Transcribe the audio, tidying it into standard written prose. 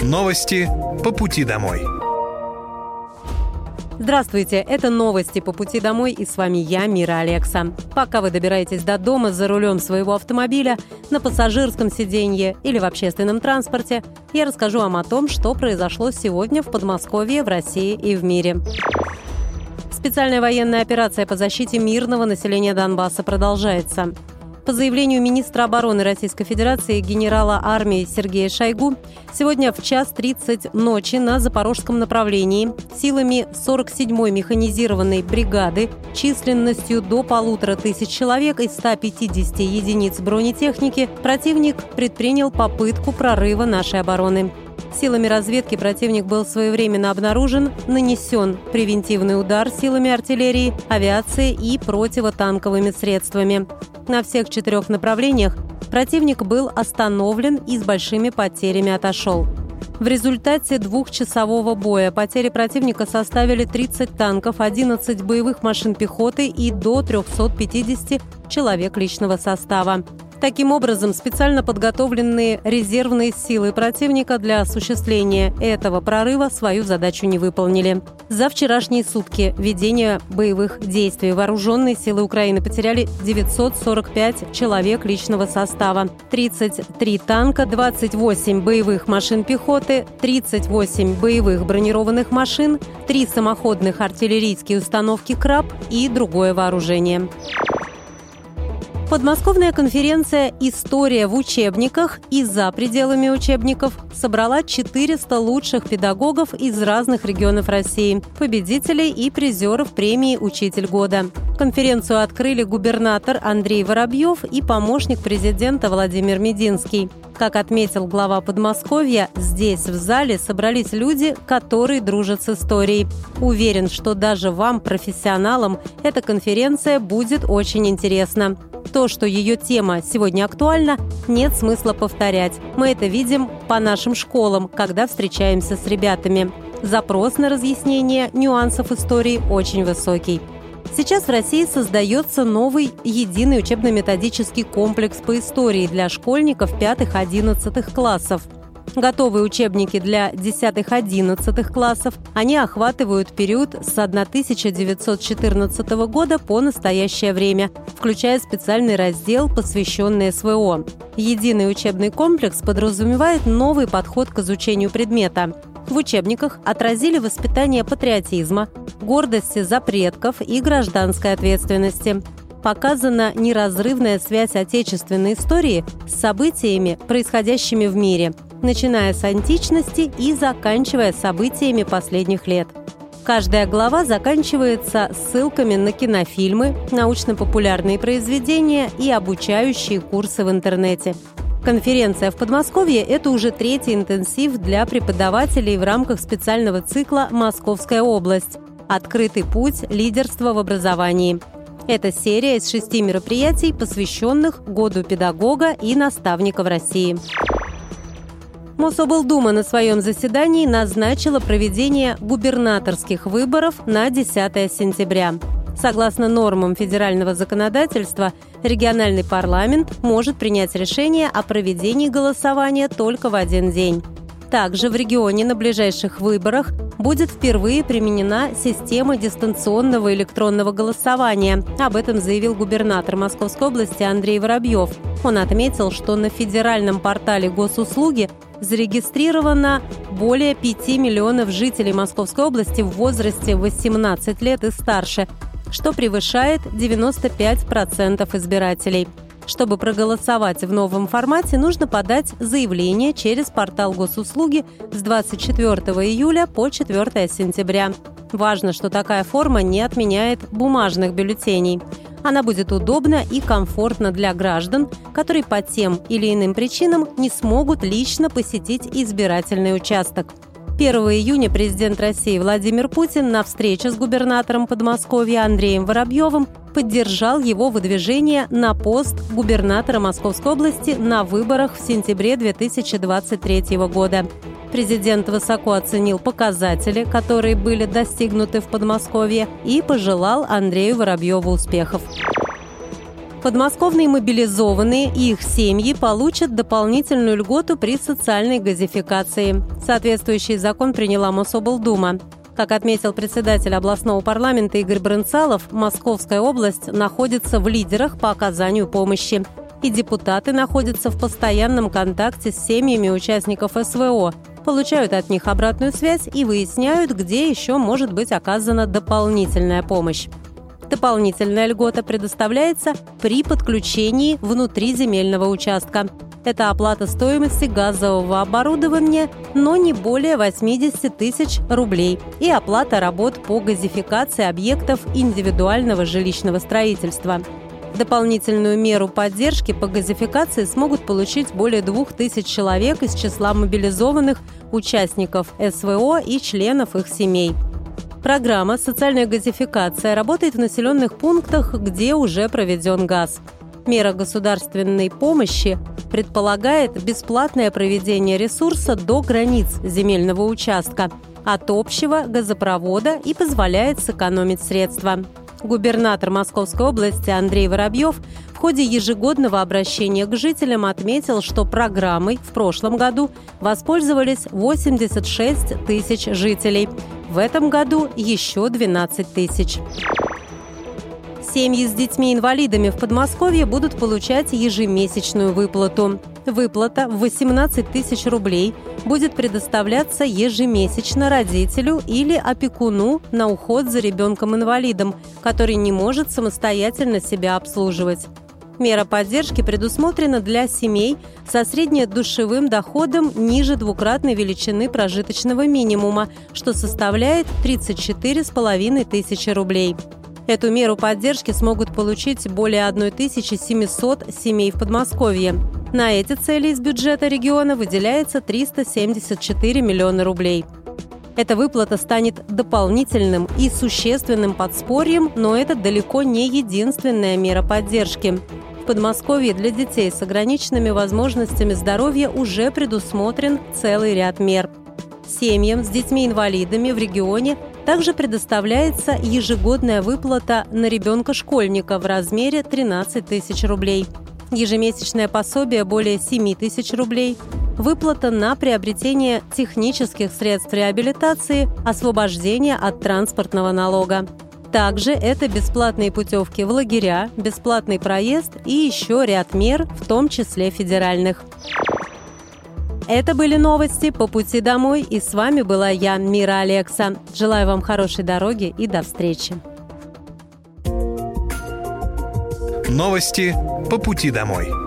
Новости по пути домой. Здравствуйте, это новости по пути домой, и с вами я, Мира Алекса. Пока вы добираетесь до дома за рулем своего автомобиля, на пассажирском сиденье или в общественном транспорте, я расскажу вам о том, что произошло сегодня в Подмосковье, в России и в мире. Специальная военная операция по защите мирного населения Донбасса продолжается. По заявлению министра обороны Российской Федерации генерала армии Сергея Шойгу, сегодня в 1:30 ночи на Запорожском направлении силами 47-й механизированной бригады численностью до 1500 человек и 150 единиц бронетехники противник предпринял попытку прорыва нашей обороны. Силами разведки противник был своевременно обнаружен, нанесен превентивный удар силами артиллерии, авиации и противотанковыми средствами. На всех 4 направлениях противник был остановлен и с большими потерями отошел. В результате 2-часового боя потери противника составили 30 танков, 11 боевых машин пехоты и до 350 человек личного состава. Таким образом, специально подготовленные резервные силы противника для осуществления этого прорыва свою задачу не выполнили. За вчерашние сутки ведения боевых действий вооруженные силы Украины потеряли 945 человек личного состава, 33 танка, 28 боевых машин пехоты, 38 боевых бронированных машин, 3 самоходных артиллерийские установки «Краб» и другое вооружение. Подмосковная конференция «История в учебниках» и за пределами учебников собрала 400 лучших педагогов из разных регионов России, победителей и призеров премии «Учитель года». Конференцию открыли губернатор Андрей Воробьев и помощник президента Владимир Мединский. Как отметил глава Подмосковья, здесь, в зале, собрались люди, которые дружат с историей. Уверен, что даже вам, профессионалам, эта конференция будет очень интересна. То, что ее тема сегодня актуальна, нет смысла повторять. Мы это видим по нашим школам, когда встречаемся с ребятами. Запрос на разъяснение нюансов истории очень высокий. Сейчас в России создается новый единый учебно-методический комплекс по истории для школьников 5-11 классов. Готовые учебники для 10-11 классов, они охватывают период с 1914 года по настоящее время, включая специальный раздел, посвященный СВО. Единый учебный комплекс подразумевает новый подход к изучению предмета. В учебниках отразили воспитание патриотизма, гордости за предков и гражданской ответственности. Показана неразрывная связь отечественной истории с событиями, происходящими в мире, начиная с античности и заканчивая событиями последних лет. Каждая глава заканчивается ссылками на кинофильмы, научно-популярные произведения и обучающие курсы в интернете. Конференция в Подмосковье – это уже 3-й интенсив для преподавателей в рамках специального цикла «Московская область. Открытый путь лидерства в образовании». Это серия из 6 мероприятий, посвященных Году педагога и наставника в России. Мособлдума на своем заседании назначила проведение губернаторских выборов на 10 сентября. Согласно нормам федерального законодательства, региональный парламент может принять решение о проведении голосования только в один день. Также в регионе на ближайших выборах будет впервые применена система дистанционного электронного голосования. Об этом заявил губернатор Московской области Андрей Воробьев. Он отметил, что на федеральном портале госуслуги зарегистрировано более 5 миллионов жителей Московской области в возрасте 18 лет и старше, что превышает 95% избирателей. Чтобы проголосовать в новом формате, нужно подать заявление через портал госуслуги с 24 июля по 4 сентября. Важно, что такая форма не отменяет бумажных бюллетеней. Она будет удобна и комфортна для граждан, которые по тем или иным причинам не смогут лично посетить избирательный участок. 1 июня президент России Владимир Путин на встрече с губернатором Подмосковья Андреем Воробьевым поддержал его выдвижение на пост губернатора Московской области на выборах в сентябре 2023 года. Президент высоко оценил показатели, которые были достигнуты в Подмосковье, и пожелал Андрею Воробьеву успехов. Подмосковные мобилизованные и их семьи получат дополнительную льготу при социальной газификации. Соответствующий закон приняла Мособлдума. Как отметил председатель областного парламента Игорь Брынцалов, Московская область находится в лидерах по оказанию помощи. И депутаты находятся в постоянном контакте с семьями участников СВО, получают от них обратную связь и выясняют, где еще может быть оказана дополнительная помощь. Дополнительная льгота предоставляется при подключении внутри земельного участка. Это оплата стоимости газового оборудования, но не более 80 тысяч рублей, и оплата работ по газификации объектов индивидуального жилищного строительства. Дополнительную меру поддержки по газификации смогут получить более 2000 человек из числа мобилизованных участников СВО и членов их семей. Программа «Социальная газификация» работает в населенных пунктах, где уже проведен газ. Мера государственной помощи предполагает бесплатное проведение ресурса до границ земельного участка от общего газопровода и позволяет сэкономить средства. Губернатор Московской области Андрей Воробьев в ходе ежегодного обращения к жителям отметил, что программой в прошлом году воспользовались 86 тысяч жителей. В этом году еще 12 тысяч. Семьи с детьми-инвалидами в Подмосковье будут получать ежемесячную выплату. Выплата в 18 тысяч рублей будет предоставляться ежемесячно родителю или опекуну на уход за ребенком-инвалидом, который не может самостоятельно себя обслуживать. Мера поддержки предусмотрена для семей со среднедушевым доходом ниже двукратной величины прожиточного минимума, что составляет 34,5 тысячи рублей. Эту меру поддержки смогут получить более 1700 семей в Подмосковье. На эти цели из бюджета региона выделяется 374 миллиона рублей. Эта выплата станет дополнительным и существенным подспорьем, но это далеко не единственная мера поддержки. В Подмосковье для детей с ограниченными возможностями здоровья уже предусмотрен целый ряд мер. Семьям с детьми-инвалидами в регионе также предоставляется ежегодная выплата на ребенка-школьника в размере 13 тысяч рублей, ежемесячное пособие более 7 тысяч рублей, выплата на приобретение технических средств реабилитации, освобождение от транспортного налога. Также это бесплатные путевки в лагеря, бесплатный проезд и еще ряд мер, в том числе федеральных. Это были новости по пути домой, и с вами была я, Мира Алекса. Желаю вам хорошей дороги и до встречи. Новости по пути домой.